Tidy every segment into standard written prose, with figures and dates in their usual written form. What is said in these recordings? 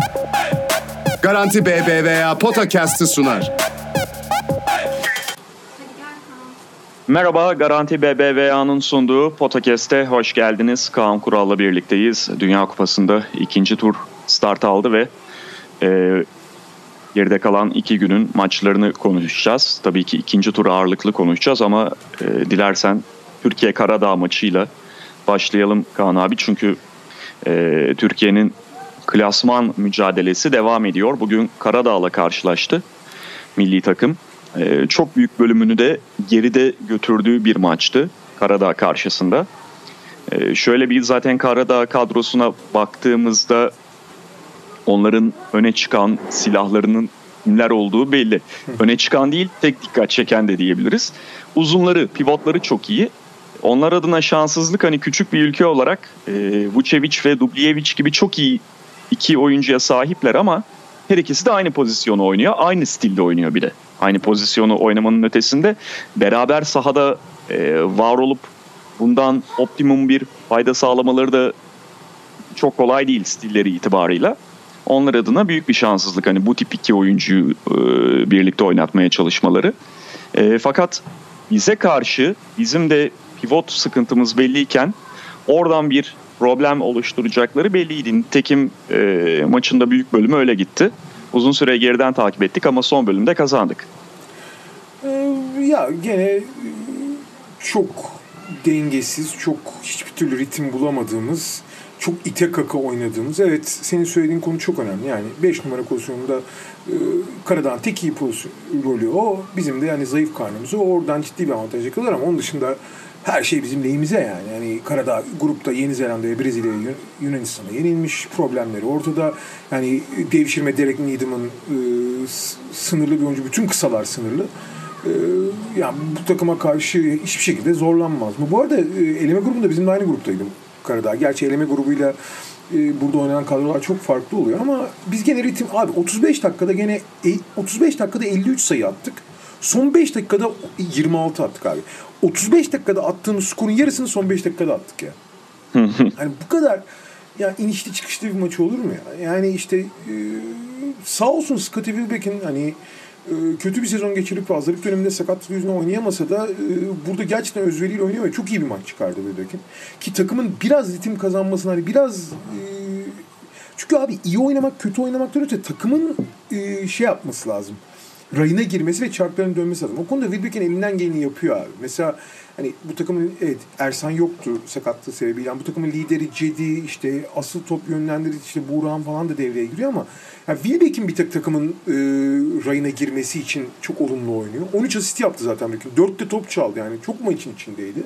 Garanti BBVA Podcast'ı sunar. Merhaba, Garanti BBVA'nın sunduğu Podcast'e hoş geldiniz. Kaan Kural'la birlikteyiz. Dünya Kupası'nda ikinci tur start aldı ve geride kalan 2 günün maçlarını konuşacağız. Tabii ki ikinci tur ağırlıklı konuşacağız ama dilersen Türkiye-Karadağ maçıyla başlayalım Kaan abi. Çünkü Türkiye'nin klasman mücadelesi devam ediyor. Bugün Karadağ'la karşılaştı milli takım. Çok büyük bölümünü de geride götürdüğü bir maçtı Karadağ karşısında. Şöyle bir zaten Karadağ kadrosuna baktığımızda onların öne çıkan silahlarının kimler olduğu belli. Öne çıkan değil, tek dikkat çeken de diyebiliriz. Uzunları, pivotları çok iyi. Onlar adına şanssızlık, hani küçük bir ülke olarak Vučević ve Dubljević gibi çok iyi 2 oyuncuya sahipler ama her ikisi de aynı pozisyonu oynuyor. Aynı stilde oynuyor bir de. Aynı pozisyonu oynamanın ötesinde beraber sahada var olup bundan optimum bir fayda sağlamaları da çok kolay değil stilleri itibarıyla. Onlar adına büyük bir şanssızlık. Hani bu tip 2 oyuncuyu birlikte oynatmaya çalışmaları. Fakat bize karşı bizim de pivot sıkıntımız belliyken oradan bir problem oluşturacakları belliydi. Nitekim maçın da büyük bölümü öyle gitti. Uzun süre geriden takip ettik ama son bölümde kazandık. Ya gene çok dengesiz, çok hiçbir türlü ritim bulamadığımız, çok ite kaka oynadığımız. Evet, senin söylediğin konu çok önemli. Yani 5 numara pozisyonunda Karadağ'ın tek iyi rolü o. Bizim de yani zayıf karnımız o. Oradan ciddi bir avantaj yakaladılar ama onun dışında her şey bizim lehimize yani. Yani Karadağ grupta Yeni Zelanda'ya, Brezilya'ya, Yunanistan'a yenilmiş, problemleri ortada. Yani devşirme Derek Needham'ın sınırlı bir oyuncu, bütün kısalar sınırlı. Yani bu takıma karşı hiçbir şekilde zorlanmaz mı? Bu arada eleme grubunda bizim de aynı gruptaydım Karadağ. Gerçi eleme grubuyla burada oynanan kadrolar çok farklı oluyor ama biz gene ritim abi 35 dakikada 53 sayı attık. Son 5 dakikada 26 attık abi. 35 dakikada attığımız skorun yarısını son 5 dakikada attık ya. Hani bu kadar ya inişli çıkışlı bir maç olur mu ya? Yani işte sağ olsun Scottie Wilbeck'in hani kötü bir sezon geçirip hazırlık döneminde sakatlık yüzünden oynayamasa da burada gerçekten özveriyle oynuyor ve çok iyi bir maç çıkardı Wilbeck'in. Ki takımın biraz ritim kazanmasını hani biraz çünkü abi iyi oynamak kötü oynamaktan öte takımın şey yapması lazım. Rayına girmesi ve çarkların dönmesi lazım. O konuda Wilbeck'in elinden geleni yapıyor abi. Mesela hani bu takımın evet Ersan yoktu sakatlığı sebebiyle. Yani bu takımın lideri Cedi, işte asıl top yönlendirici işte Buğrahan falan da devreye giriyor ama yani Wilbeck'in bir tek takımın rayına girmesi için çok olumlu oynuyor. 13 asist yaptı zaten Wilbeck. 4 de top çaldı yani. Çok maçın içindeydi.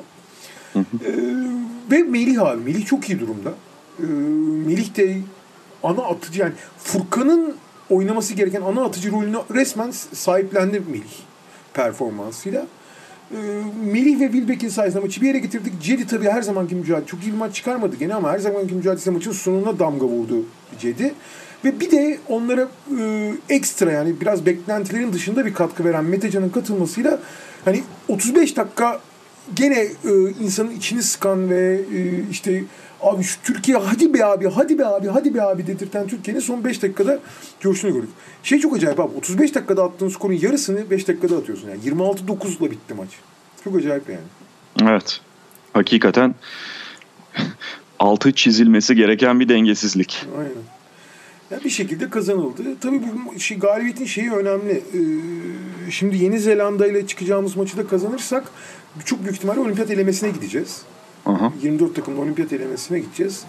Ve Melih abi. Melih çok iyi durumda. Melih de ana atıcı yani Furkan'ın oynaması gereken ana atıcı rolünü resmen sahiplendi Melih performansıyla. Melih ve Wilbeck'in sayesinde maçı bir yere getirdik. Cedi tabii her zamanki mücadele. Çok iyi bir maç çıkarmadı gene ama her zamanki mücadelesi maçın sonuna damga vurdu Cedi. Ve bir de onlara ekstra yani biraz beklentilerin dışında bir katkı veren Metecan'ın katılmasıyla hani 35 dakika gene insanın içini sıkan ve işte abi şu Türkiye hadi be abi, hadi be abi, hadi be abi dedirten Türkiye'nin son 5 dakikada coştuğunu gördük. Şey çok acayip abi. 35 dakikada attığın skorun yarısını 5 dakikada atıyorsun. Yani 26-9'la bitti maç. Çok acayip yani. Evet. Hakikaten altı çizilmesi gereken bir dengesizlik. Aynen. Yani bir şekilde kazanıldı. Tabii bu galibiyetin şeyi önemli. Şimdi Yeni Zelanda ile çıkacağımız maçı da kazanırsak çok büyük ihtimalle olimpiyat elemesine gideceğiz. Aha. 24 takımın olimpiyat elemesine gideceğiz.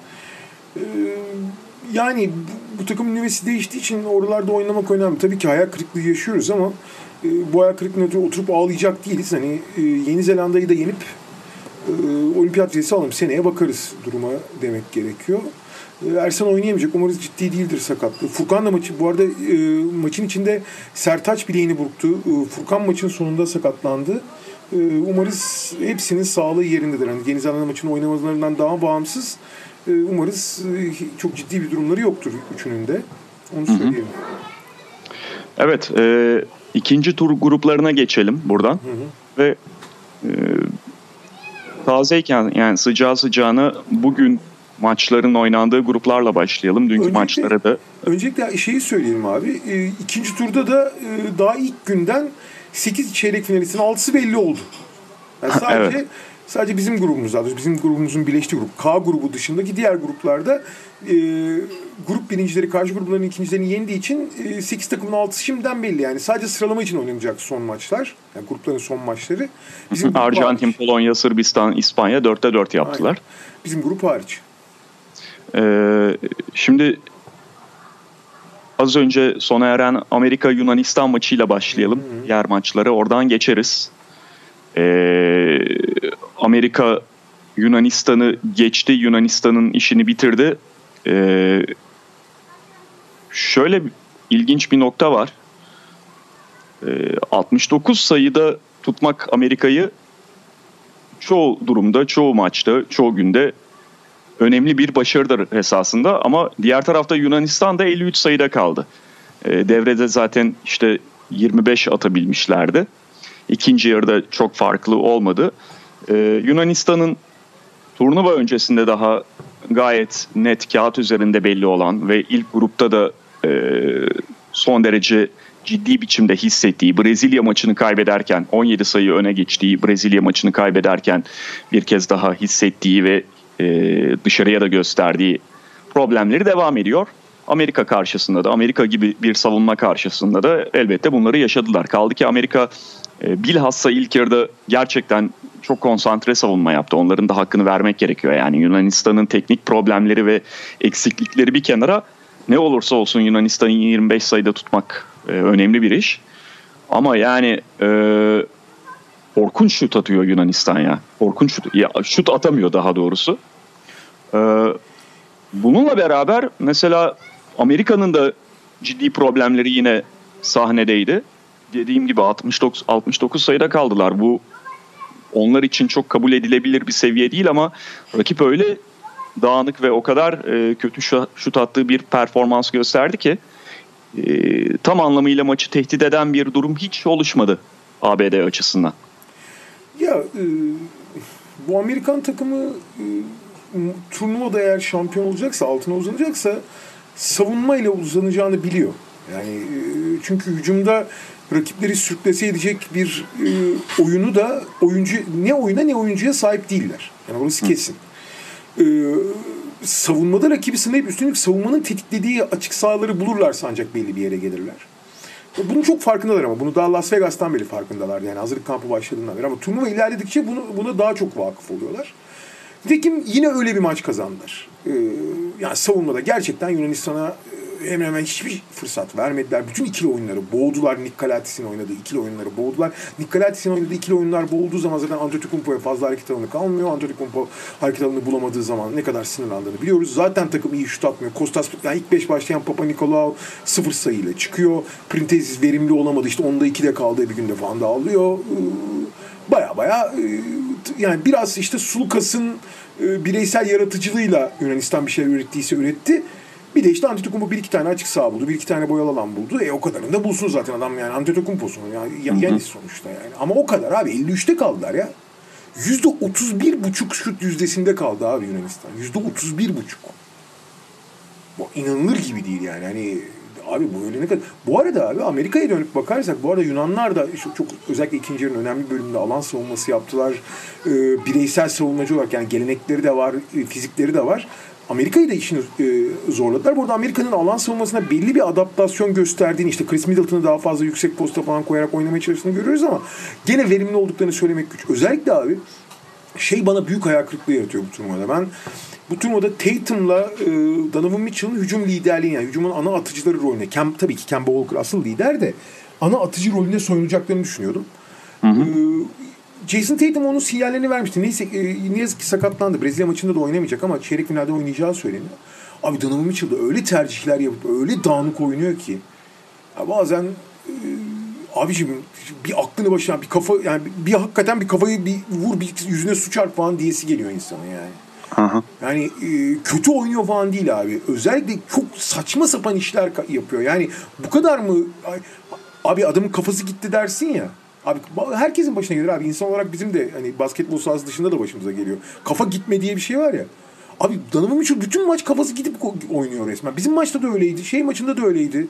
Yani bu takımın nüvesi değiştiği için oralarda oynamak önemli. Tabii ki hayal kırıklığı yaşıyoruz ama bu hayal kırıklığına oturup ağlayacak değiliz. Hani Yeni Zelanda'yı da yenip olimpiyat vizesi alalım. Seneye bakarız duruma demek gerekiyor. Ersan oynayamayacak. Umarız ciddi değildir sakatlığı. Furkan da bu arada maçın içinde Sertaç bileğini burktu. Furkan maçın sonunda sakatlandı. Umarız hepsinin sağlığı yerindedir. Yani Yeni Zelanda maçını oynamalarından daha bağımsız. Umarız çok ciddi bir durumları yoktur üçünün de. Onu söyleyeyim. Evet. İkinci tur gruplarına geçelim buradan. Ve tazeyken yani sıcağı sıcağına bugün maçların oynandığı gruplarla başlayalım. Dünkü maçlara da. Öncelikle şeyi söyleyelim abi. İkinci turda da daha ilk günden 8 çeyrek finalistin 6'sı belli oldu. Yani sadece bizim grubumuz, bizim grubumuzun birleştiği grup, K grubu dışındaki diğer gruplarda grup birincileri karşı grupların ikincilerini yendiği için 8 takımın 6'sı şimdiden belli. Yani sadece sıralama için oynanacak son maçlar. Yani grupların son maçları. Bizim Arjantin, Polonya, Sırbistan, İspanya 4'te 4 yaptılar. Aynen. Bizim grup hariç. Şimdi az önce sona eren Amerika-Yunanistan maçıyla başlayalım. Diğer maçlara oradan geçeriz. Amerika Yunanistan'ı geçti. Yunanistan'ın işini bitirdi. Şöyle ilginç bir nokta var. 69 sayıda tutmak Amerika'yı çoğu durumda, çoğu maçta, çoğu günde önemli bir başarıdır esasında. Ama diğer tarafta Yunanistan da 53 sayıda kaldı. Devrede zaten işte 25 atabilmişlerdi. İkinci yarıda çok farklı olmadı. Yunanistan'ın turnuva öncesinde daha gayet net kağıt üzerinde belli olan ve ilk grupta da son derece ciddi biçimde hissettiği, Brezilya maçını kaybederken 17 sayı öne geçtiği Brezilya maçını kaybederken bir kez daha hissettiği ve dışarıya da gösterdiği problemleri devam ediyor. Amerika karşısında da, Amerika gibi bir savunma karşısında da elbette bunları yaşadılar. Kaldı ki Amerika bilhassa ilk yarıda gerçekten çok konsantre savunma yaptı. Onların da hakkını vermek gerekiyor. Yani Yunanistan'ın teknik problemleri ve eksiklikleri bir kenara, ne olursa olsun Yunanistan'ı 25 sayıda tutmak önemli bir iş. Ama yani korkunç şut atıyor Yunanistan ya. Korkunç şut. Ya, şut atamıyor daha doğrusu. Bununla beraber mesela Amerika'nın da ciddi problemleri yine sahnedeydi. Dediğim gibi 69 sayıda kaldılar. Bu onlar için çok kabul edilebilir bir seviye değil ama rakip öyle dağınık ve o kadar kötü şut attığı bir performans gösterdi ki tam anlamıyla maçı tehdit eden bir durum hiç oluşmadı ABD açısından. Ya bu Amerikan takımı turnuvada eğer şampiyon olacaksa, altına uzanacaksa savunmayla uzanacağını biliyor. Yani çünkü hücumda rakipleri sürklese edecek bir oyunu da ne oyuna ne oyuncuya sahip değiller. Yani orası kesin. Savunmada rakibi sınayıp üstünlük savunmanın tetiklediği açık sahaları bulurlarsa ancak belli bir yere gelirler. Bunun çok farkındalar ama. Bunu daha Las Vegas'tan beri farkındalar. Yani hazırlık kampı başladığından beri. Ama turnuva ilerledikçe buna daha çok vakıf oluyorlar. Nitekim yine öyle bir maç kazandılar. Yani savunmada gerçekten Yunanistan'a hemen hemen hiçbir fırsat vermediler. Bütün ikili oyunları boğdular. Nikolatis'in oynadığı ikili oyunları boğdular. Nikolatis'in oynadığı ikili oyunlar boğulduğu zaman zaten Antetokounmpo'ya fazla hareket alanı kalmıyor. Antetokounmpo hareket alanı bulamadığı zaman ne kadar sinirlandığını biliyoruz. Zaten takım iyi şut atmıyor. Kostas, yani ilk 5 başlayan Papanikolaou 0 sayıyla çıkıyor. Printezis verimli olamadı. İşte 10'da 2'de kaldığı bir günde falan da alıyor. Baya yani biraz işte Sulukas'ın bireysel yaratıcılığıyla Yunanistan bir şeyler ürettiyse üretti. Bir de işte Antetokounmpo bir iki tane açık saha buldu. Bir iki tane boyalı alan buldu. O kadarını da bulsun zaten adam yani. Antetokounmpo'sun. Yani Yanis sonuçta yani. Ama o kadar abi. 53'te kaldılar ya. %31,5 şut yüzdesinde kaldı abi Yunanistan. %31,5. Bu inanılır gibi değil yani. Hani abi bu öyle ne kadar... Bu arada abi Amerika'ya dönüp bakarsak bu arada Yunanlar da çok özellikle ikinci yarının önemli bölümünde alan savunması yaptılar. Bireysel savunmacı olarak yani gelenekleri de var, fizikleri de var. Amerika'yı da işini zorladılar. Bu arada Amerika'nın alan savunmasına belli bir adaptasyon gösterdiğini, işte Chris Middleton'ı daha fazla yüksek posta falan koyarak oynamaya çalıştığını görüyoruz ama gene verimli olduklarını söylemek güç. Özellikle abi bana büyük hayal kırıklığı yaratıyor bu turnuvada. Ben bu turnuvada Tatum'la Donovan Mitchell'ın hücum liderliği, yani hücumun ana atıcıları rolüne, tabii ki Kemba Walker asıl lider de ana atıcı rolüne soyunacaklarını düşünüyordum. Jason Tatum onun sinyallerini vermişti. Neyse ne yazık ki sakatlandı. Brezilya maçında da oynamayacak ama çeyrek finalde oynayacağı söyleniyor. Abi Donovan Mitchell da öyle tercihler yapıp öyle dağınık oynuyor ki ya bazen abiciğim bir aklını başına bir kafa, yani bir hakikaten bir kafayı bir vur, bir yüzüne su çarp falan diyesi geliyor insana yani. Aha. Yani kötü oynuyor falan değil abi. Özellikle çok saçma sapan işler yapıyor. Yani bu kadar mı abi, adamın kafası gitti dersin ya. Abi herkesin başına gelir abi. İnsan olarak bizim de hani basketbol sahası dışında da başımıza geliyor. Kafa gitme diye bir şey var ya. Abi Donovan Mitchell bütün maç kafası gidip oynuyor resmen. Bizim maçta da öyleydi. Maçında da öyleydi.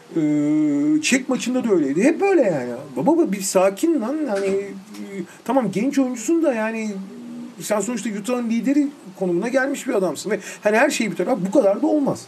Çek maçında da öyleydi. Hep böyle yani. Baba bir sakin lan. Yani tamam genç oyuncusun da yani sen sonuçta Utah'ın lideri konumuna gelmiş bir adamsın ve hani her şey bir taraf bu kadar da olmaz.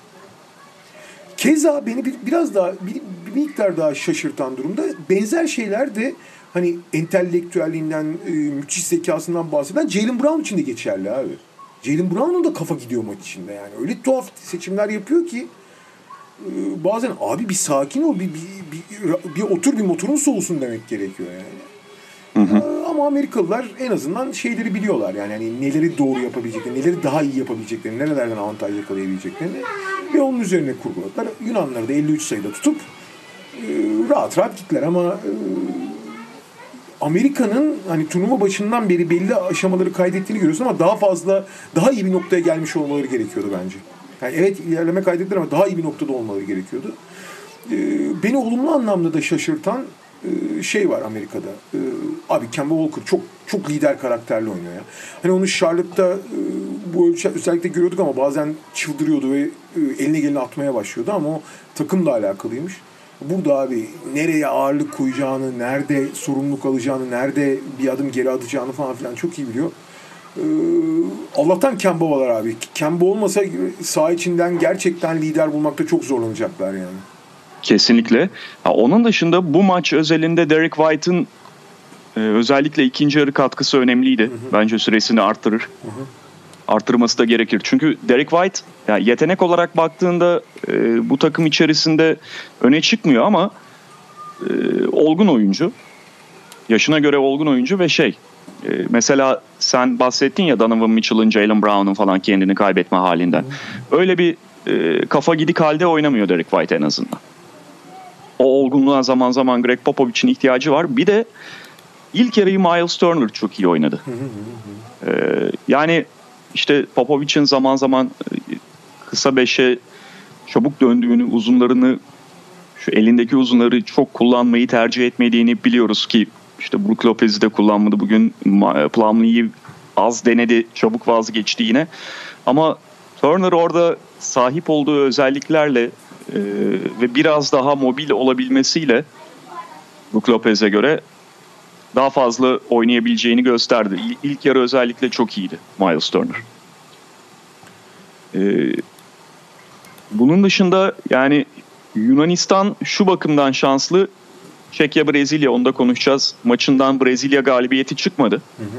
Keza beni biraz daha bir miktar daha şaşırtan durumda benzer şeyler de hani entelektüelliğinden, müthiş zekasından bahseden Jaylen Brown için de geçerli abi. Jaylen Brown'un da kafa gidiyor maç içinde yani. Öyle tuhaf seçimler yapıyor ki bazen abi bir sakin ol, bir otur, bir motorun soğusun demek gerekiyor yani. Ama Amerikalılar en azından şeyleri biliyorlar yani hani neleri doğru yapabileceklerini, neleri daha iyi yapabileceklerini, nerelerden avantaj yakalayabileceklerini ve onun üzerine kurguladılar. Yunanları da 53 sayıda tutup rahat rahat gittiler ama Amerika'nın hani turnuva başından beri belli aşamaları kaydettiğini görüyorsun ama daha iyi bir noktaya gelmiş olmaları gerekiyordu bence. Yani evet ilerleme kaydettiler ama daha iyi bir noktada olmaları gerekiyordu. Beni olumlu anlamda da şaşırtan şey var Amerika'da. Abi Kemba Walker çok lider karakterli oynuyor ya. Hani onu Charlotte'da bu özellikle görüyorduk ama bazen çıldırıyordu ve eline geleni atmaya başlıyordu ama o takımla alakalıymış. Burada abi nereye ağırlık koyacağını, nerede sorumluluk alacağını, nerede bir adım geri atacağını falan filan çok iyi biliyor. Allah'tan Kemba var abi. Kemba olmasa saha içinden gerçekten lider bulmakta çok zorlanacaklar yani. Kesinlikle. Onun dışında bu maç özelinde Derek White'ın özellikle ikinci yarı katkısı önemliydi. Bence süresini arttırır. Arttırması da gerekir. Çünkü Derek White yani yetenek olarak baktığında bu takım içerisinde öne çıkmıyor ama olgun oyuncu. Yaşına göre olgun oyuncu ve mesela sen bahsettin ya Donovan Mitchell'ın, Jaylen Brown'un falan kendini kaybetme halinden. Öyle bir kafa gidik halde oynamıyor Derek White en azından. O olgunluğa zaman zaman Greg Popovich'in ihtiyacı var. Bir de ilk yarıyı Miles Turner çok iyi oynadı. Yani işte Popovich'in zaman zaman kısa beşe çabuk döndüğünü, uzunlarını şu elindeki uzunları çok kullanmayı tercih etmediğini biliyoruz ki işte Brook Lopez'i de kullanmadı bugün. Plumlee'yi az denedi, çabuk vazgeçti yine. Ama Turner orada sahip olduğu özelliklerle ve biraz daha mobil olabilmesiyle Brook Lopez'e göre daha fazla oynayabileceğini gösterdi. İlk yarı özellikle çok iyiydi Miles Turner. Bunun dışında yani Yunanistan şu bakımdan şanslı. Çekya Brezilya, onu da konuşacağız. Maçından Brezilya galibiyeti çıkmadı.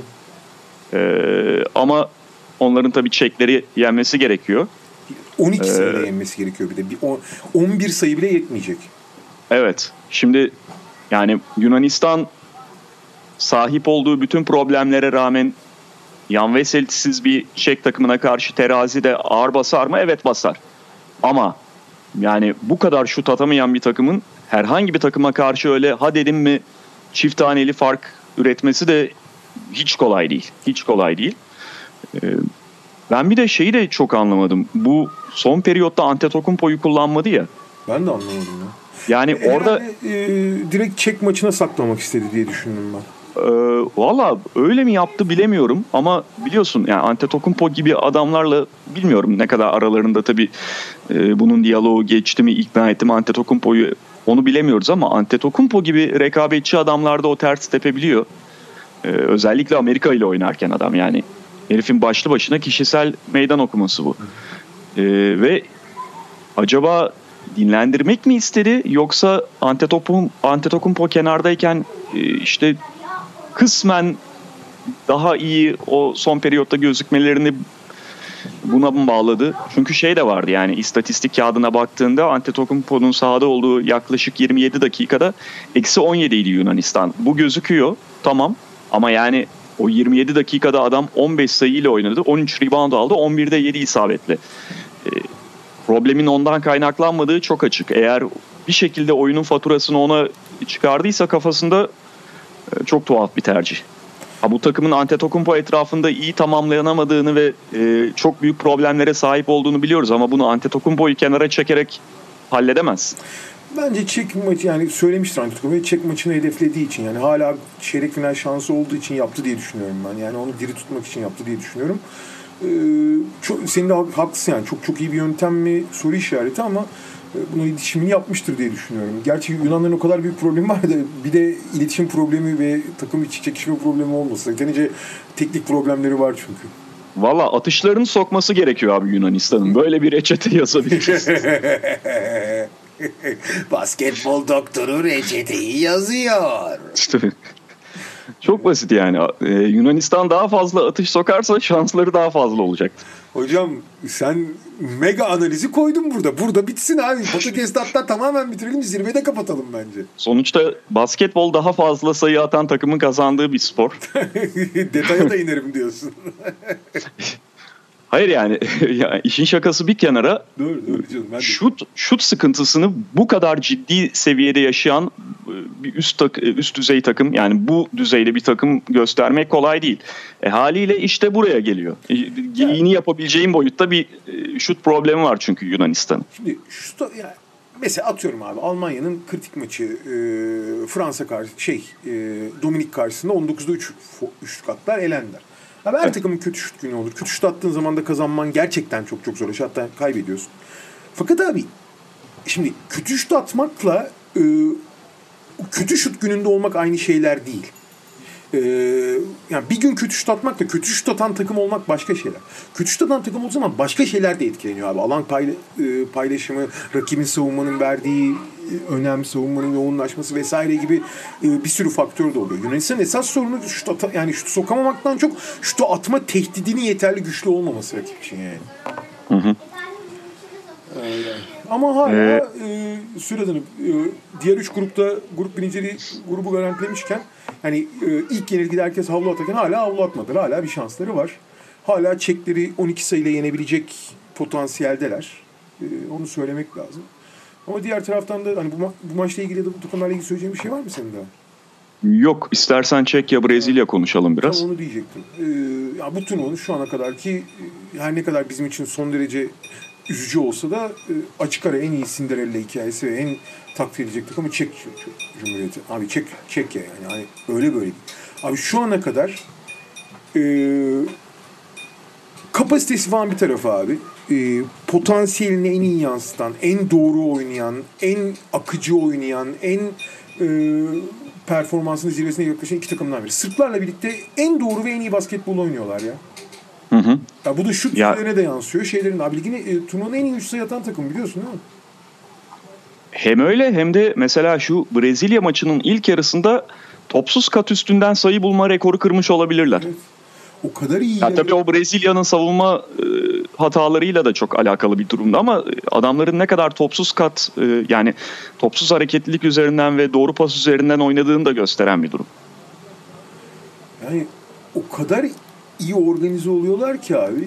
Ama onların tabii Çekleri yenmesi gerekiyor. 12 sayıyla yenmesi gerekiyor bir de. 11 sayı bile yetmeyecek. Evet. Şimdi yani Yunanistan sahip olduğu bütün problemlere rağmen Jan Vesel'siz bir Çek takımına karşı terazide ağır basar mı? Evet basar. Ama yani bu kadar şut atamayan bir takımın herhangi bir takıma karşı öyle ha dedim mi çift taneli fark üretmesi de hiç kolay değil. Hiç kolay değil. Ben bir de şeyi de çok anlamadım. Bu son periyotta Antetokounmpo'yu kullanmadı ya. Ben de anlamadım ya. Yani orada direkt Çek maçına saklamak istedi diye düşündüm ben. Valla öyle mi yaptı bilemiyorum ama biliyorsun yani Antetokounmpo gibi adamlarla bilmiyorum ne kadar aralarında tabii bunun diyaloğu geçti mi, ikna etti mi Antetokounmpo'yu, onu bilemiyoruz ama Antetokounmpo gibi rekabetçi adamlarda o ters tepebiliyor. Özellikle Amerika ile oynarken adam yani herifin başlı başına kişisel meydan okuması bu. Ve acaba dinlendirmek mi istedi yoksa Antetokounmpo kenardayken işte kısmen daha iyi o son periyotta gözükmelerini buna mı bağladı? Çünkü şey de vardı yani istatistik kağıdına baktığında Antetokounmpo'nun sahada olduğu yaklaşık 27 dakikada -17 idi Yunanistan. Bu gözüküyor tamam ama yani o 27 dakikada adam 15 sayıyla oynadı. 13 rebound aldı. 11'de 7 isabetli. Problemin ondan kaynaklanmadığı çok açık. Eğer bir şekilde oyunun faturasını ona çıkardıysa kafasında çok tuhaf bir tercih. Bu takımın Antetokounmpo etrafında iyi tamamlayanamadığını ve çok büyük problemlere sahip olduğunu biliyoruz ama bunu Antetokounmpo'yu kenara çekerek halledemez. Bence Çek maçı yani söylemiştir Antetokounmpo Çek maçını hedeflediği için yani hala çeyrek final şansı olduğu için yaptı diye düşünüyorum ben. Yani onu diri tutmak için yaptı diye düşünüyorum. Senin de haklısın yani. Çok çok iyi bir yöntem mi soru işareti ama buna iletişimini yapmıştır diye düşünüyorum. Gerçi Yunanların o kadar büyük problemi var da bir de iletişim problemi ve takım içi çekişme problemi olmasın. Yeterince teknik problemleri var çünkü. Valla atışlarını sokması gerekiyor abi Yunanistan'ın. Böyle bir reçete yazabiliriz. Basketbol doktoru reçeteyi yazıyor. Çok basit yani. Yunanistan daha fazla atış sokarsa şansları daha fazla olacaktır. Hocam sen mega analizi koydun burada. Burada bitsin abi. Podcast'ı hatta tamamen bitirelim. Zirvede kapatalım bence. Sonuçta basketbol daha fazla sayı atan takımın kazandığı bir spor. Detaya da inerim diyorsun. Hayır yani işin şakası bir kenara, doğru canım. Ben şut sıkıntısını bu kadar ciddi seviyede yaşayan bir üst düzey takım, yani bu düzeyde bir takım göstermek kolay değil. Haliyle işte buraya geliyor. Yeni yapabileceğim boyutta bir şut problemi var çünkü Yunanistan'ın. Şimdi yani mesela atıyorum abi, Almanya'nın kritik maçı Fransa karşı Dominik karşısında 19'da 3 üçlük attılar, elendiler. Abi her takımın kötü şut günü olur. Kötü şut attığın zaman da kazanman gerçekten çok çok zor. Hatta kaybediyorsun. Fakat abi şimdi kötü şut atmakla kötü şut gününde olmak aynı şeyler değil. Yani bir gün kötü şut atmakla kötü şut atan takım olmak başka şeyler. Kötü şut atan takım olduğu zaman başka şeyler de etkileniyor abi. Alan paylaşımı, rakibin savunmanın verdiği önem, savunmanın yoğunlaşması vesaire gibi bir sürü faktör de oluyor. Yunanistan'ın esas sorunu şutu sokamamaktan çok şutu atma tehdidinin yeterli güçlü olmaması rakip için yani. Hı hı. Ama hala Süredan'ı diğer 3 grupta grup birinciliği grubu garantilemişken hani ilk yenilgide herkes havlu atarken hala havlu atmadılar. Hala bir şansları var. Hala Çekleri 12 sayıyla yenebilecek potansiyeldeler. Onu söylemek lazım. Ama diğer taraftan da hani bu maçla ilgili ya da bu takımlarla ilgili söyleyeceğim bir şey var mı senin daha? Yok. İstersen Çekya, Brezilya konuşalım biraz. Tam onu diyecektim. Ya bu turnuvanın şu ana kadar ki her ne kadar bizim için son derece üzücü olsa da açık ara en iyi Cinderella hikayesi ve en takdir edilecek takımı Çek Cumhuriyeti. Abi Çekya yani. Hani öyle böyle. Abi şu ana kadar kapasitesi falan bir tarafa abi. Potansiyelini en iyi yansıtan, en doğru oynayan, en akıcı oynayan, en performansının zirvesine yaklaşan iki takımdan biri. Sırplarla birlikte en doğru ve en iyi basketbol oynuyorlar ya. Hı hı. Ya bu da şut yüzlerine de yansıyor. Abi ligin turnuvanın en iyi üç sayı atan takım, biliyorsun değil mi? Hem öyle hem de mesela şu Brezilya maçının ilk yarısında topsuz kat üstünden sayı bulma rekoru kırmış olabilirler. Evet. O kadar iyi. Ya tabii o Brezilya'nın savunma hatalarıyla da çok alakalı bir durumda ama adamların ne kadar topsuz kat yani topsuz hareketlilik üzerinden ve doğru pas üzerinden oynadığını da gösteren bir durum. Yani o kadar iyi organize oluyorlar ki abi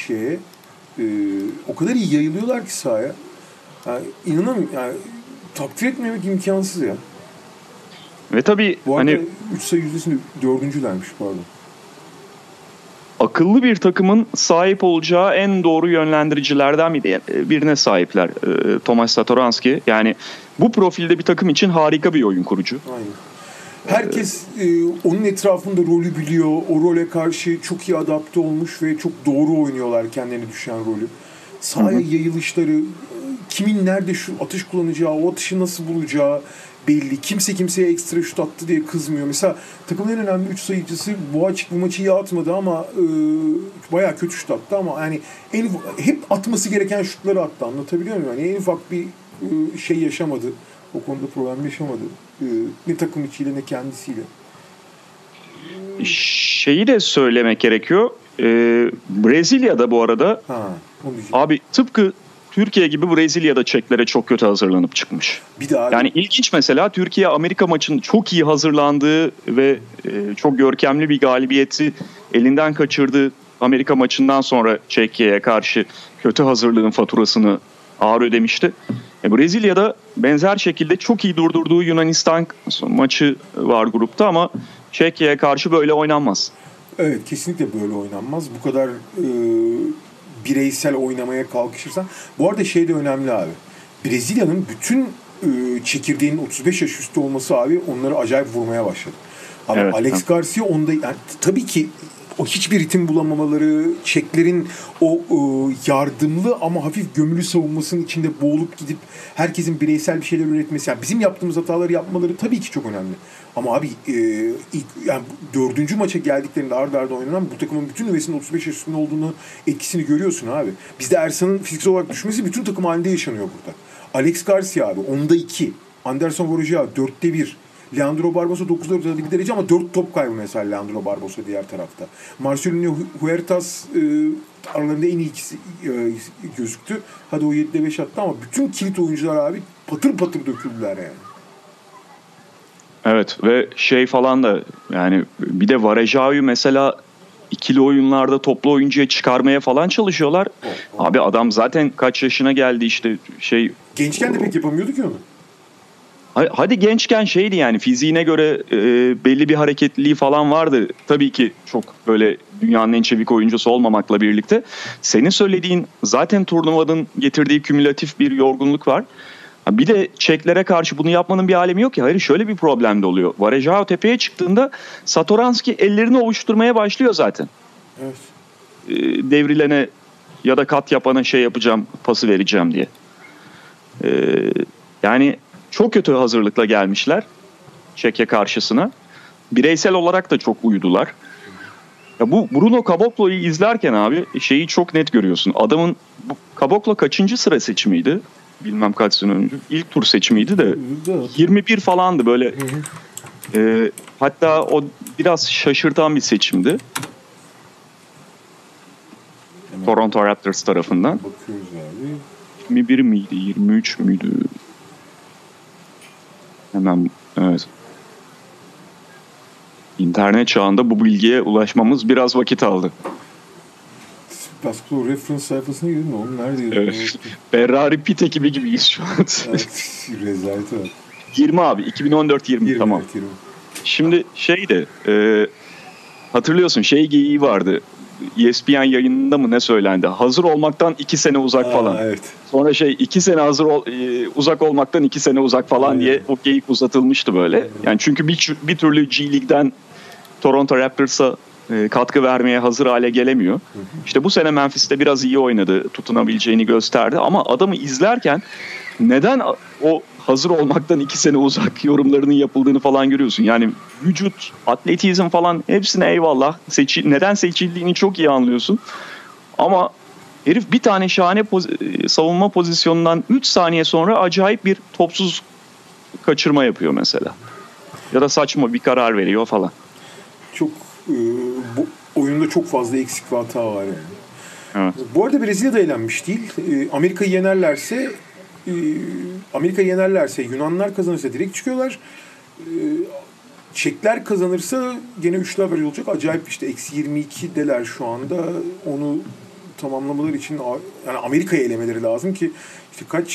o kadar iyi yayılıyorlar ki sahaya. Yani inanamıyorum. Yani takdir etmemek imkansız ya. Ve tabii bu arada hani 3 sayı yüzdesinde 4.'lermiş pardon. Akıllı bir takımın sahip olacağı en doğru yönlendiricilerden birine sahipler. Tomasz Satoranski. Yani bu profilde bir takım için harika bir oyun kurucu. Aynen. Herkes onun etrafında rolü biliyor. O role karşı çok iyi adapte olmuş ve çok doğru oynuyorlar kendilerine düşen rolü. Sahaya yayılışları, kimin nerede şu atış kullanacağı, o atışı nasıl bulacağı belli. Kimse kimseye ekstra şut attı diye kızmıyor. Mesela takımın en önemli 3 sayıcısı bu maçı iyi atmadı ama bayağı kötü şut attı ama yani hep atması gereken şutları attı. Anlatabiliyor muyum? Yani en ufak bir şey yaşamadı. O konuda problem yaşamadı. Ne takım içiyle ne kendisiyle. Şeyi de söylemek gerekiyor. Brezilya'da bu arada abi tıpkı Türkiye gibi Brezilya'da Çeklere çok kötü hazırlanıp çıkmış. Bir de abi, yani ilginç mesela Türkiye Amerika maçının çok iyi hazırlandığı ve çok görkemli bir galibiyeti elinden kaçırdığı Amerika maçından sonra Çekya'ya karşı kötü hazırlığın faturasını ağır ödemişti. Brezilya'da benzer şekilde çok iyi durdurduğu Yunanistan maçı var grupta ama Çekya'ya karşı böyle oynanmaz. Evet, kesinlikle böyle oynanmaz. Bu kadar bireysel oynamaya kalkışırsan. Bu arada şey de önemli abi. Brezilya'nın bütün çekirdeğinin 35 yaş üstü olması abi onları acayip vurmaya başladı. Ama evet, Alex Garcia onda yani, tabii ki o hiçbir ritim bulamamaları, Çeklerin o yardımlı ama hafif gömülü savunmasının içinde boğulup gidip herkesin bireysel bir şeyler üretmesi. Yani bizim yaptığımız hataları yapmaları tabii ki çok önemli. Ama abi yani 4. maça geldiklerinde arda arda oynanan bu takımın bütün nüvesinin 35 yaş üstünde olduğunu, etkisini görüyorsun abi. Bizde Ersan'ın fiziksel olarak düşmesi bütün takım halinde yaşanıyor burada. Alex Garcia abi 10'da 2. Anderson Varejao 4'te 1. Leandro Barbosa 9'da 4'da bir derece ama 4 top kaybı mesela Leandro Barbosa diğer tarafta. Marcelinho Huertas aralarında en iyi ikisi gözüktü. Hadi o 7'de 5 attı ama bütün kilit oyuncular abi patır patır döküldüler yani. Evet ve şey falan da yani bir de Varejao'yu mesela ikili oyunlarda toplu oyuncuya çıkarmaya falan çalışıyorlar. Abi adam zaten kaç yaşına geldi işte şey. Gençken de pek yapamıyordu ki onu. Hadi gençken şeydi yani fiziğine göre belli bir hareketliliği falan vardı. Tabii ki çok böyle dünyanın en çevik oyuncusu olmamakla birlikte. Senin söylediğin zaten turnuvanın getirdiği kümülatif bir yorgunluk var. Bir de Çeklere karşı bunu yapmanın bir alemi yok ya. Hayır şöyle bir problem de oluyor. Varejao tepeye çıktığında Satoranski ellerini ovuşturmaya başlıyor zaten. Evet. Devrilene ya da kat yapana şey yapacağım, pası vereceğim diye. Yani çok kötü hazırlıkla gelmişler Çekya karşısına. Bireysel olarak da çok uyudular. Ya bu Bruno Caboclo'yu izlerken abi şeyi çok net görüyorsun. Adamın Caboclo kaçıncı sıra seçimiydi? Bilmem kaç sene önce. İlk tur seçimiydi de 21 falandı böyle. Hatta o biraz şaşırtan bir seçimdi. Hemen Toronto Raptors tarafından. Bakıyoruz abi. 21 miydi? 23 müydü? Hemen evet. İnternet çağında bu bilgiye ulaşmamız biraz vakit aldı. Basketball Reference sayfasına girdin mi oğlum? Nerede? Evet. Ferrari pit ekibi gibiyiz şu an. Evet. Rezalete bak. 20 abi. 2014-20 tamam. Evet, 20. Şimdi şeydi hatırlıyorsun şey geyiği vardı. ESPN yayınında mı ne söylendi? Hazır olmaktan 2 sene uzak falan. Evet. Sonra 2 sene uzak olmaktan 2 sene uzak falan diye o geyik uzatılmıştı böyle. Yani çünkü bir türlü G League'den Toronto Raptors'a katkı vermeye hazır hale gelemiyor. İşte bu sene Memphis'te biraz iyi oynadı. Tutunabileceğini gösterdi. Ama adamı izlerken neden o hazır olmaktan 2 sene uzak yorumlarının yapıldığını falan görüyorsun. Yani vücut, atletizm falan hepsine eyvallah. Neden seçildiğini çok iyi anlıyorsun. Ama herif bir tane şahane savunma pozisyonundan 3 saniye sonra acayip bir topsuz kaçırma yapıyor mesela. Ya da saçma bir karar veriyor falan. Çok bu oyunda çok fazla eksik ve hata var yani. Evet. Bu arada Brezilya da elenmiş değil. Amerika'yı yenerlerse Yunanlar kazanırsa direkt çıkıyorlar. Çekler kazanırsa gene üçlü haber olacak. Acayip işte -22'deler şu anda. Onu tamamlamaları için yani Amerika'yı elemeleri lazım ki işte kaç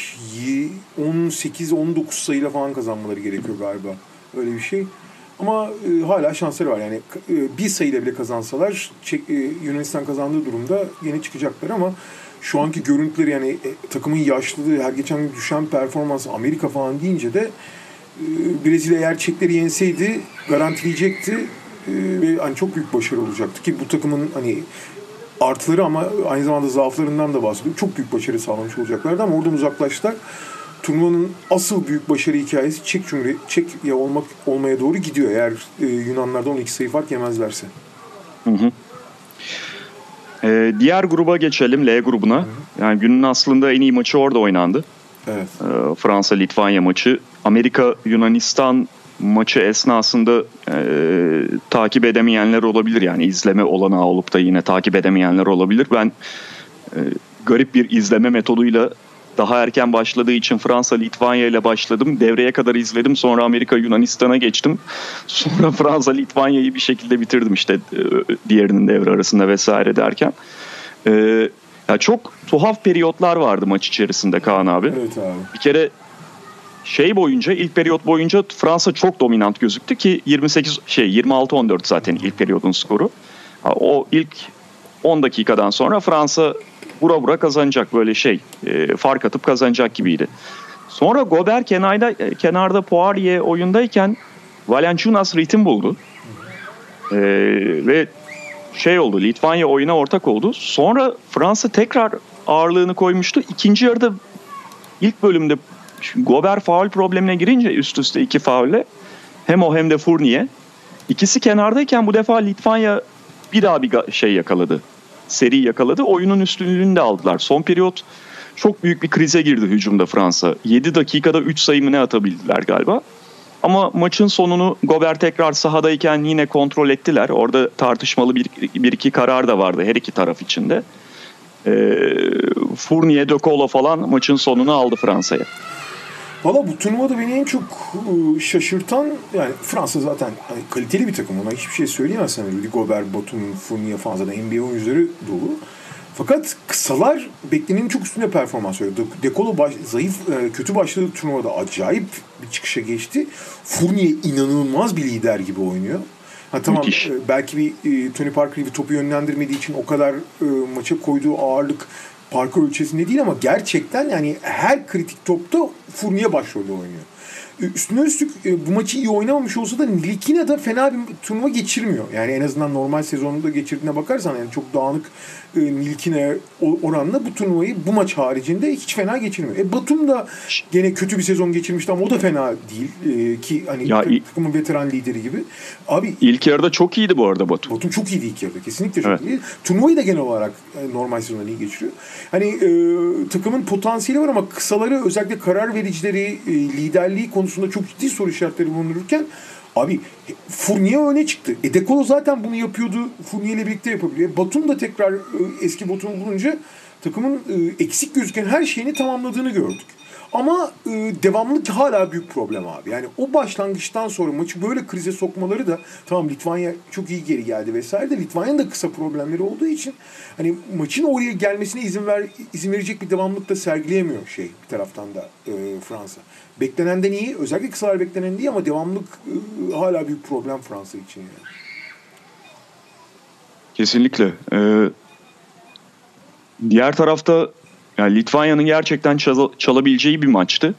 18-19 sayıyla falan kazanmaları gerekiyor galiba. Öyle bir şey. Ama hala şansları var. Yani bir sayıyla bile kazansalar Yunanistan kazandığı durumda yine çıkacaklar ama şu anki görüntüleri yani takımın yaşlılığı, her geçen gün düşen performans Amerika falan deyince de Brezilya eğer Çekleri yenseydi garantileyecekti ve hani çok büyük başarı olacaktı ki bu takımın hani artıları ama aynı zamanda zaaflarından da bahsediyorum. Çok büyük başarı sağlamış olacaklardı ama oradan uzaklaştılar. Turnuvanın asıl büyük başarı hikayesi Çekya olmaya doğru gidiyor eğer Yunanlardan 12 sayı fark yemezlerse. Diğer gruba geçelim, L grubuna. Yani günün aslında en iyi maçı orada oynandı. Evet. Fransa-Litvanya maçı. Amerika-Yunanistan maçı esnasında takip edemeyenler olabilir. Yani izleme olanağı olup da yine takip edemeyenler olabilir. Ben garip bir izleme metoduyla daha erken başladığı için Fransa-Litvanya ile başladım. Devreye kadar izledim. Sonra Amerika-Yunanistan'a geçtim. Sonra Fransa-Litvanya'yı bir şekilde bitirdim işte diğerinin devre arasında vesaire derken. Ya çok tuhaf periyotlar vardı maç içerisinde Kaan abi. Evet abi. Bir kere ilk periyot boyunca Fransa çok dominant gözüktü ki 26-14 zaten ilk periyodun skoru. O ilk 10 dakikadan sonra Fransa vura kazanacak böyle fark atıp kazanacak gibiydi. Sonra Gobert kenarda Poirier oyundayken Valanciunas ritim buldu. Ve şey oldu. Litvanya oyuna ortak oldu. Sonra Fransa tekrar ağırlığını koymuştu. İkinci yarıda ilk bölümde Gobert faul problemine girince üst üste 2 faulle hem o hem de Fournier. İkisi kenardayken bu defa Litvanya bir daha bir şey yakaladı. Seri yakaladı. Oyunun üstünlüğünü de aldılar. Son periyot çok büyük bir krize girdi hücumda Fransa. 7 dakikada 3 sayı mı ne atabildiler galiba. Ama maçın sonunu Gobert tekrar sahadayken yine kontrol ettiler. Orada tartışmalı bir iki karar da vardı her iki taraf içinde. Fournier, De Colo falan maçın sonunu aldı Fransa'ya. Valla bu turnuvada beni en çok şaşırtan, yani Fransa zaten hani kaliteli bir takım, ona hiçbir şey söyleyemezsin. Rudy Gobert, Batum, Fournier falan zaten NBA oyuncuları dolu. Fakat kısalar beklenenin çok üstünde performans veriyor. De Colo zayıf, kötü başladığı turnuvada acayip bir çıkışa geçti. Fournier inanılmaz bir lider gibi oynuyor. Tamam, belki bir Tony Parker gibi topu yönlendirmediği için o kadar maça koyduğu ağırlık Parker ölçüsünde değil ama gerçekten yani her kritik topta Fournier başrolde oynuyor. Üstüne üstlük bu maçı iyi oynamamış olsa da Ntilikina da fena bir turnuva geçirmiyor. Yani en azından normal sezonunda geçirdiğine bakarsan yani çok dağınık Ntilikina oranla bu turnuvayı bu maç haricinde hiç fena geçirmiyor. Batum da gene kötü bir sezon geçirmişti ama o da fena değil. Ki hani takımın veteran lideri gibi. Abi ilk yarıda çok iyiydi bu arada Batum. Batum çok iyiydi ilk yarıda. Kesinlikle çok iyi. Turnuvayı da genel olarak normal sezonda iyi geçiriyor. Hani takımın potansiyeli var ama kısaları, özellikle karar vericileri, liderliği konusunda çok ciddi soru işaretleri bulundururken abi Fournier öne çıktı. De Colo zaten bunu yapıyordu. Fournier ile birlikte yapabiliyor. Batum da tekrar eski Batum'u bulunca takımın eksik gözüken her şeyini tamamladığını gördük. Ama devamlılık hala büyük problem abi. Yani o başlangıçtan sonra maçı böyle krize sokmaları da, tamam Litvanya çok iyi geri geldi vesaire de Litvanya'nın da kısa problemleri olduğu için hani maçın oraya gelmesine izin verecek bir devamlılık da sergileyemiyor bir taraftan da Fransa. Beklenenden iyi, özellikle kısalar beklenen iyi ama devamlılık hala büyük problem Fransa için yani. Kesinlikle. Diğer tarafta yani Litvanya'nın gerçekten çalabileceği bir maçtı.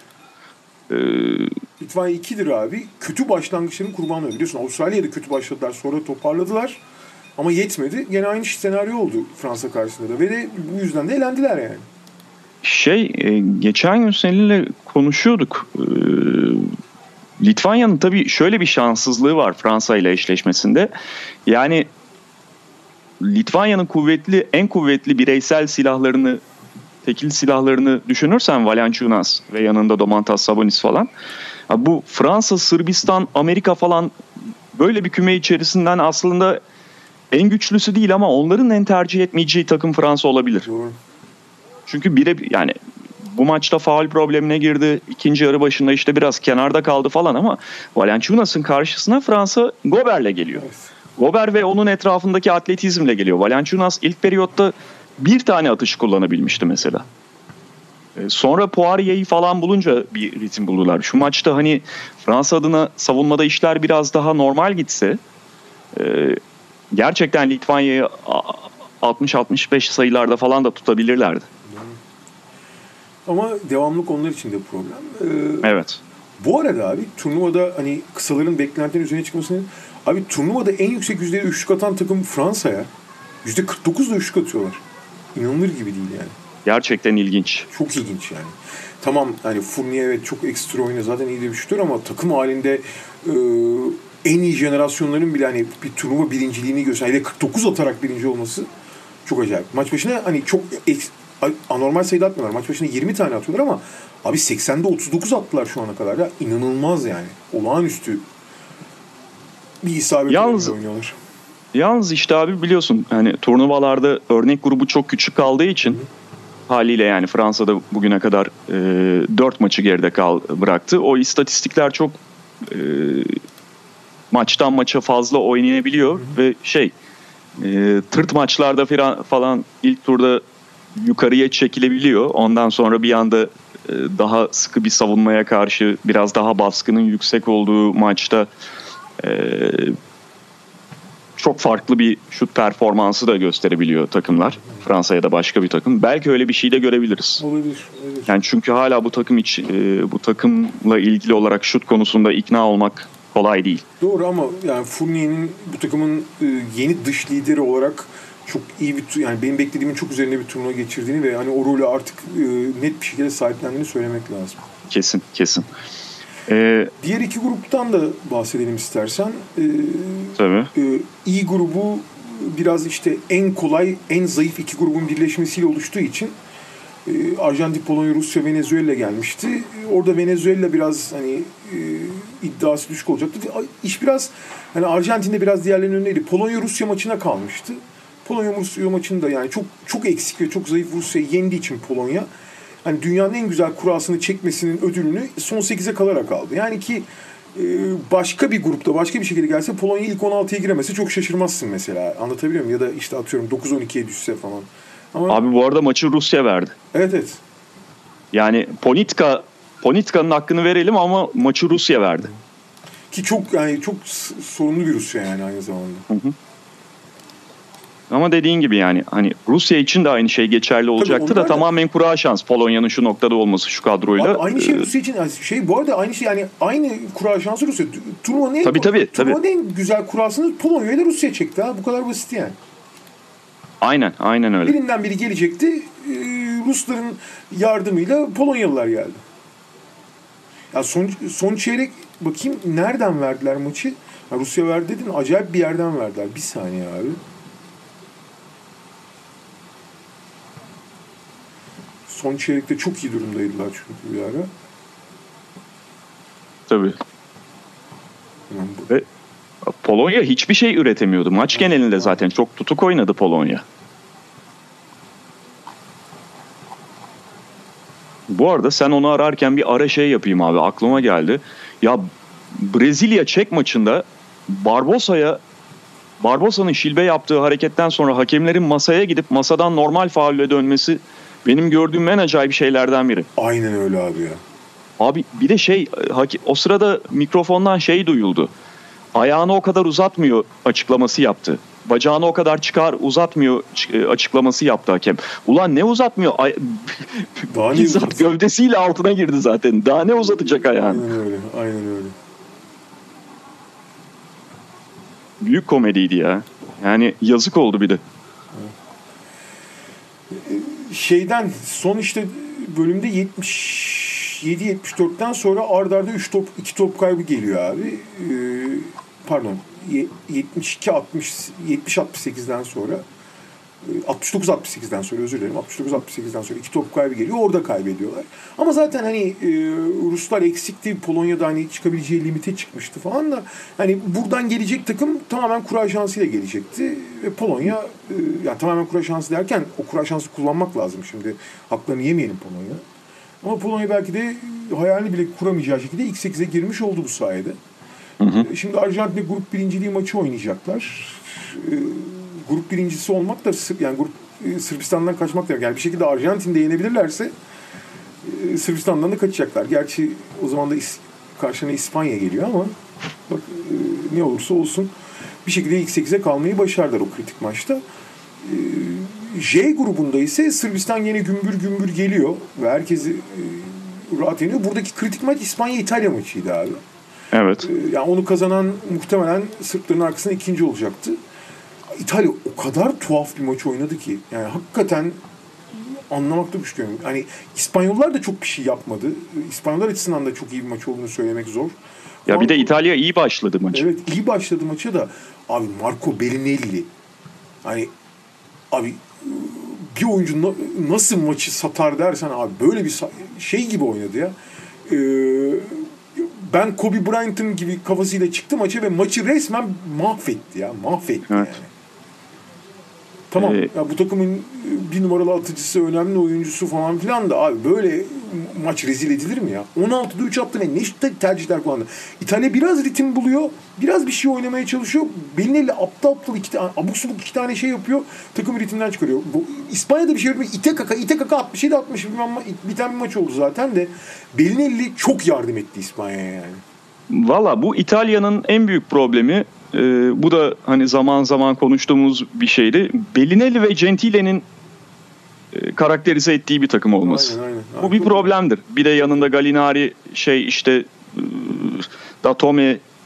Litvanya 2'dir abi. Kötü başlangıçların kurbanları. Biliyorsun Avustralya'da kötü başladılar, sonra toparladılar. Ama yetmedi. Gene aynı senaryo oldu Fransa karşısında da. Ve de bu yüzden de elendiler yani. Geçen gün seninle konuşuyorduk. Litvanya'nın tabii şöyle bir şanssızlığı var Fransa ile eşleşmesinde. Yani Litvanya'nın en kuvvetli bireysel silahlarını, tekil silahlarını düşünürsen Valanciunas ve yanında Domantas Sabonis falan. Bu Fransa, Sırbistan, Amerika falan böyle bir küme içerisinden aslında en güçlüsü değil ama onların en tercih etmeyeceği takım Fransa olabilir. Doğru. Çünkü yani bu maçta faul problemine girdi. İkinci yarı başında işte biraz kenarda kaldı falan ama Valanciunas'ın karşısına Fransa Gobert'le geliyor. Evet. Gobert ve onun etrafındaki atletizmle geliyor. Valanciunas ilk periyotta bir tane atış kullanabilmişti mesela. Sonra Poirier'i falan bulunca bir ritim buldular. Şu maçta hani Fransa adına savunmada işler biraz daha normal gitse gerçekten Litvanya'yı 60-65 sayılarda falan da tutabilirlerdi. Ama devamlık onlar için de problem. Evet. Bu arada abi turnuvada hani kısaların beklentilerin üzerine çıkmasını, abi turnuvada en yüksek yüzdeyle üçlük atan takım Fransa'ya. %49'da üçlük atıyorlar. İnanılır gibi değil yani. Gerçekten ilginç. Çok ilginç yani. Tamam hani Fournier evet çok ekstra oynuyor, zaten iyi de bir şutör ama takım halinde en iyi jenerasyonların bile hani bir turnuva birinciliğini gösteren, 49 atarak birinci olması çok acayip. Maç başına hani çok anormal sayıda atmıyorlar. Maç başına 20 tane atıyorlar ama abi 80'de 39 attılar şu ana kadar ya. İnanılmaz yani. Olağanüstü bir isabet oynuyorlar. Yalnız işte abi biliyorsun hani turnuvalarda örnek grubu çok küçük kaldığı için haliyle yani Fransa'da bugüne kadar 4 maçı geride bıraktı. O istatistikler çok maçtan maça fazla oynayabiliyor ve tırt maçlarda falan ilk turda yukarıya çekilebiliyor. Ondan sonra bir anda daha sıkı bir savunmaya karşı biraz daha baskının yüksek olduğu maçta çok farklı bir şut performansı da gösterebiliyor takımlar. Fransa ya da başka bir takım. Belki öyle bir şey de görebiliriz. Olabilir. Yani çünkü hala bu takımla ilgili olarak şut konusunda ikna olmak Kolay değil. Doğru ama yani Fournier'in bu takımın yeni dış lideri olarak çok iyi bir, yani benim beklediğimin çok üzerinde bir turnuva geçirdiğini ve hani o rolü artık net bir şekilde sahiplendiğini söylemek lazım. Kesin. Diğer iki gruptan da bahsedelim istersen. Tabii. İ grubu biraz işte en kolay, en zayıf iki grubun birleşmesiyle oluştuğu için Arjantin, Polonya, Rusya, Venezuela gelmişti. Orada Venezuela biraz hani iddiası düşük olacaktı. İş biraz hani Arjantin'de biraz diğerlerinin önündeydi. Polonya Rusya maçına kalmıştı. Polonya Rusya maçında yani çok eksik ve çok zayıf Rusya'yı yendiği için Polonya hani dünyanın en güzel kurasını çekmesinin ödülünü son 8'e kalarak aldı. Yani ki başka bir grupta başka bir şekilde gelse Polonya ilk 16'ya giremese çok şaşırmazsın mesela. Anlatabiliyor muyum? Ya da işte atıyorum 9-12'ye düşse falan. Ama Abi bu arada maçı Rusya verdi. Evet. Yani Ponitka'nın hakkını verelim ama maçı Rusya verdi. Ki çok sorunlu bir Rusya yani aynı zamanda. Hı. Ama dediğin gibi yani hani Rusya için de aynı şey geçerli olacaktı da tamamen kura şans Polonya'nın şu noktada olması şu kadroyla. Abi aynı şey Rusya için bu arada aynı şey yani aynı kura şansı Rusya. Turnuvanın en güzel kurasını Polonya ile Rusya çekti ha. Bu kadar basit yani. Aynen öyle. Birinden biri gelecekti. Rusların yardımıyla Polonyalılar geldi. Ya son çeyrek bakayım nereden verdiler maçı? Ya Rusya verdi dedin, acayip bir yerden verdiler. Bir saniye abi. Son çeyrekte çok iyi durumdaydılar çünkü bir ara. Tabii. Ve Polonya hiçbir şey üretemiyordu. Maç genelinde zaten çok tutuk oynadı Polonya. Bu arada sen onu ararken bir ara şey yapayım abi. Aklıma geldi. Ya Brezilya-Çek maçında Barbosa'nın şilbe yaptığı hareketten sonra hakemlerin masaya gidip masadan normal faulle dönmesi benim gördüğüm en acayip şeylerden biri. Aynen öyle abi ya. Abi bir de o sırada mikrofondan duyuldu. Ayağını o kadar uzatmıyor açıklaması yaptı. Bacağını o kadar uzatmıyor açıklaması yaptı hakem. Ulan ne uzatmıyor? Bizzat gövdesiyle altına girdi zaten. Daha ne uzatacak ayağını? Aynen öyle. Büyük komediydi ya. Yani yazık oldu bir de. Son işte bölümde 77-74'ten sonra ard arda 2 top kaybı geliyor abi. 70-68'den sonra 69-68'den sonra özür dilerim. 69-68'den sonra 2 top kaybı geliyor. Orada kaybediyorlar. Ama zaten hani Ruslar eksikti. Polonya'da hani çıkabileceği limite çıkmıştı falan da hani buradan gelecek takım tamamen kura şansıyla gelecekti. Ve Polonya yani tamamen kura şansı derken o kura şansı kullanmak lazım şimdi. Haklarını yemeyelim Polonya. Ama Polonya belki de hayalini bile kuramayacağı şekilde ilk 8'e girmiş oldu bu sayede. Hı. Şimdi Arjantin'de grup birinciliği maçı oynayacaklar. Grup birincisi olmak da yani Sırbistan'dan kaçmak demek. Yani bir şekilde Arjantin'de yenebilirlerse Sırbistan'dan da kaçacaklar. Gerçi o zaman da karşına İspanya geliyor ama bak ne olursa olsun bir şekilde ilk 8'e kalmayı başardılar o kritik maçta. J grubunda ise Sırbistan yine gümbür geliyor ve herkesi rahat yeniyor. Buradaki kritik maç İspanya-İtalya maçıydı abi. Evet. Yani onu kazanan muhtemelen Sırpların arkasında ikinci olacaktı. İtalya o kadar tuhaf bir maç oynadı ki yani hakikaten anlamakta güçlüyorum. Hani İspanyollar da çok bir şey yapmadı. İspanyollar açısından da çok iyi bir maç olduğunu söylemek zor. Ya bir de İtalya iyi başladı maçı. Evet iyi başladı maça da abi Marco Bellinelli hani abi bir oyuncu nasıl maçı satar dersen abi böyle bir şey gibi oynadı ya. Ben Kobe Bryant'ın gibi kafasıyla çıktı maça ve maçı resmen mahvetti ya. Evet. Yani. Tamam ya bu takımın bir numaralı atıcısı, önemli oyuncusu falan filan da abi böyle maç rezil edilir mi ya? 16'da 3 attı ve ne tercihler kullandı. İtalya biraz ritim buluyor. Biraz bir şey oynamaya çalışıyor. Bellinelli aptal abuk subuk 2 tane şey yapıyor. Takımı ritimden çıkarıyor. İspanya'da bir şey yapıyor. İte kaka 67-60 biten bir maç oldu zaten de. Bellinelli çok yardım etti İspanya'ya yani. Valla bu İtalya'nın en büyük problemi bu da hani zaman zaman konuştuğumuz bir şeydi. Bellinelli ve Gentile'nin karakterize ettiği bir takım olması. Aynen. Bu bir problemdir. Bir de yanında Gallinari Datome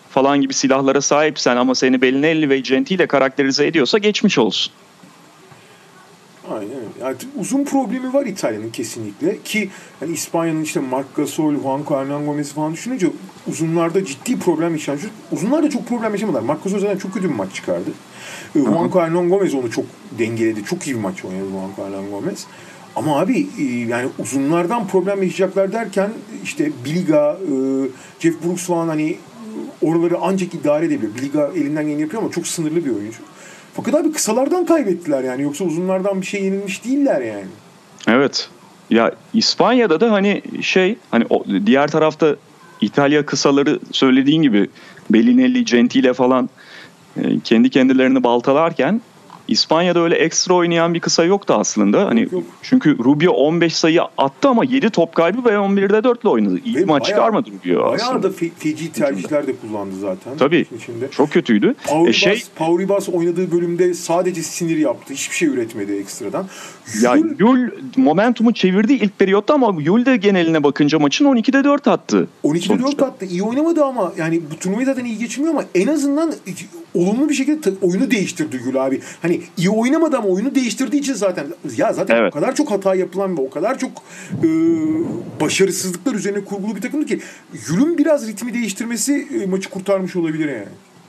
falan gibi silahlara sahipsen ama seni Bellinelli ve Gentile karakterize ediyorsa geçmiş olsun. Aynen. Yani uzun problemi var İtalya'nın kesinlikle ki hani İspanya'nın işte Marc Gasol, Juanjo Hernan Gomez falan düşününce uzunlarda ciddi problem yaşanmış. Uzunlarda çok problem yaşamadılar. Marc Gasol zaten çok kötü bir maç çıkardı. Juanjo Hernan Gomez onu çok dengeledi. Çok iyi bir maç oynadı Juanjo Hernan Gomez. Ama abi yani uzunlardan problem yaşayacaklar derken işte Biliga, Jeff Brooks falan hani oraları ancak idare edebiliyor. Biliga elinden geleni yapıyor ama çok sınırlı bir oyuncu. Fakat abi kısalardan kaybettiler yani. Yoksa uzunlardan bir şey yenilmiş değiller yani. Evet. Ya İspanya'da da hani diğer tarafta İtalya kısaları söylediğin gibi Bellinelli, Gentile falan kendi kendilerini baltalarken İspanya'da öyle ekstra oynayan bir kısa yoktu aslında. Hani yok. Çünkü Rubio 15 sayı attı ama 7 top kaybı ve 11'de 4'le oynadı. İyi maç çıkarmadı Rubio aslında. Bayağı da feci tercihler de kullandı zaten. Tabii. Çok kötüydü. Pau Ribas oynadığı bölümde sadece sinir yaptı. Hiçbir şey üretmedi ekstradan. Yul momentumu çevirdi ilk periyotta ama Yul de geneline bakınca maçın 12'de 4 attı. 12'de 4 attı. İyi oynamadı ama yani bu turnuvayı zaten iyi geçmiyor ama en azından olumlu bir şekilde oyunu değiştirdi Yul abi. Hani iyi oynamadı ama oyunu değiştirdiği için zaten evet. O kadar çok hata yapılan ve o kadar çok başarısızlıklar üzerine kurgulu bir takımdı ki Yul'un biraz ritmi değiştirmesi maçı kurtarmış olabilir yani.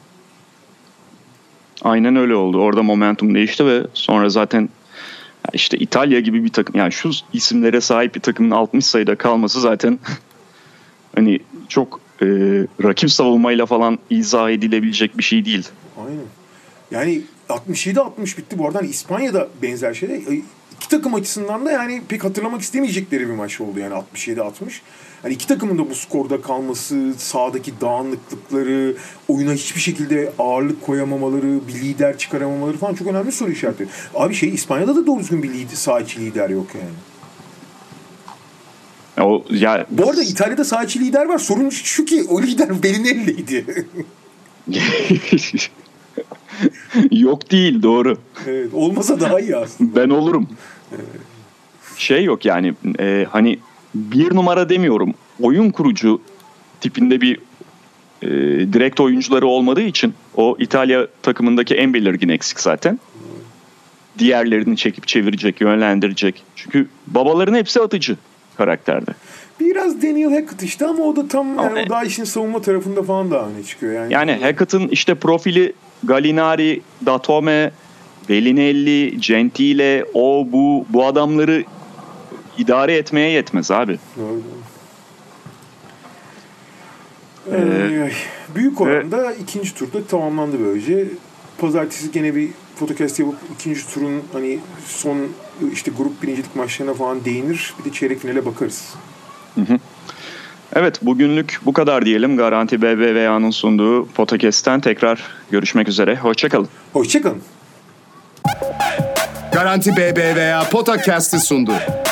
Aynen öyle oldu. Orada momentum değişti ve sonra zaten işte İtalya gibi bir takım, yani şu isimlere sahip bir takımın 60 sayıda kalması zaten hani çok rakip savunmayla falan izah edilebilecek bir şey değil. Aynen. Yani 67-60 bitti. Bu arada hani İspanya'da benzer şeyler. İki takım açısından da yani pek hatırlamak istemeyecekleri bir maç oldu yani 67-60. Yani iki takımın da bu skorda kalması, sahadaki dağınıklıkları, oyuna hiçbir şekilde ağırlık koyamamaları, bir lider çıkaramamaları falan çok önemli soru işareti. Abi İspanya'da da doğru düzgün bir saha içi lider yok yani. Bu arada İtalya'da saha içi lider var. Sorun şu ki o lider Bellinelli'ydi. Yok değil, doğru. Evet, olmasa daha iyi aslında. Ben olurum. Evet. Yok yani hani bir numara demiyorum. Oyun kurucu tipinde bir direkt oyuncuları olmadığı için o İtalya takımındaki en belirgin eksik zaten. Diğerlerini çekip çevirecek, yönlendirecek. Çünkü babaların hepsi atıcı karakterde. Biraz Daniel Hackett işte ama o da tam yani o daha işin savunma tarafında falan da öne çıkıyor. Yani Hackett'ın işte profili Gallinari, Datome, Bellinelli, Gentile, bu adamları idare etmeye yetmez abi. Doğru. Büyük oranda ikinci turda tamamlandı böylece. Pazartesi gene bir podcast yapıp ikinci turun hani son işte grup birincilik maçlarına falan değinir. Bir de çeyrek finale bakarız. Hı. Evet, bugünlük bu kadar diyelim. Garanti BBVA'nın sunduğu podcast'ten tekrar görüşmek üzere. Hoşçakalın. Hoşçakalın. Garanti BBVA podcast'ı sundu.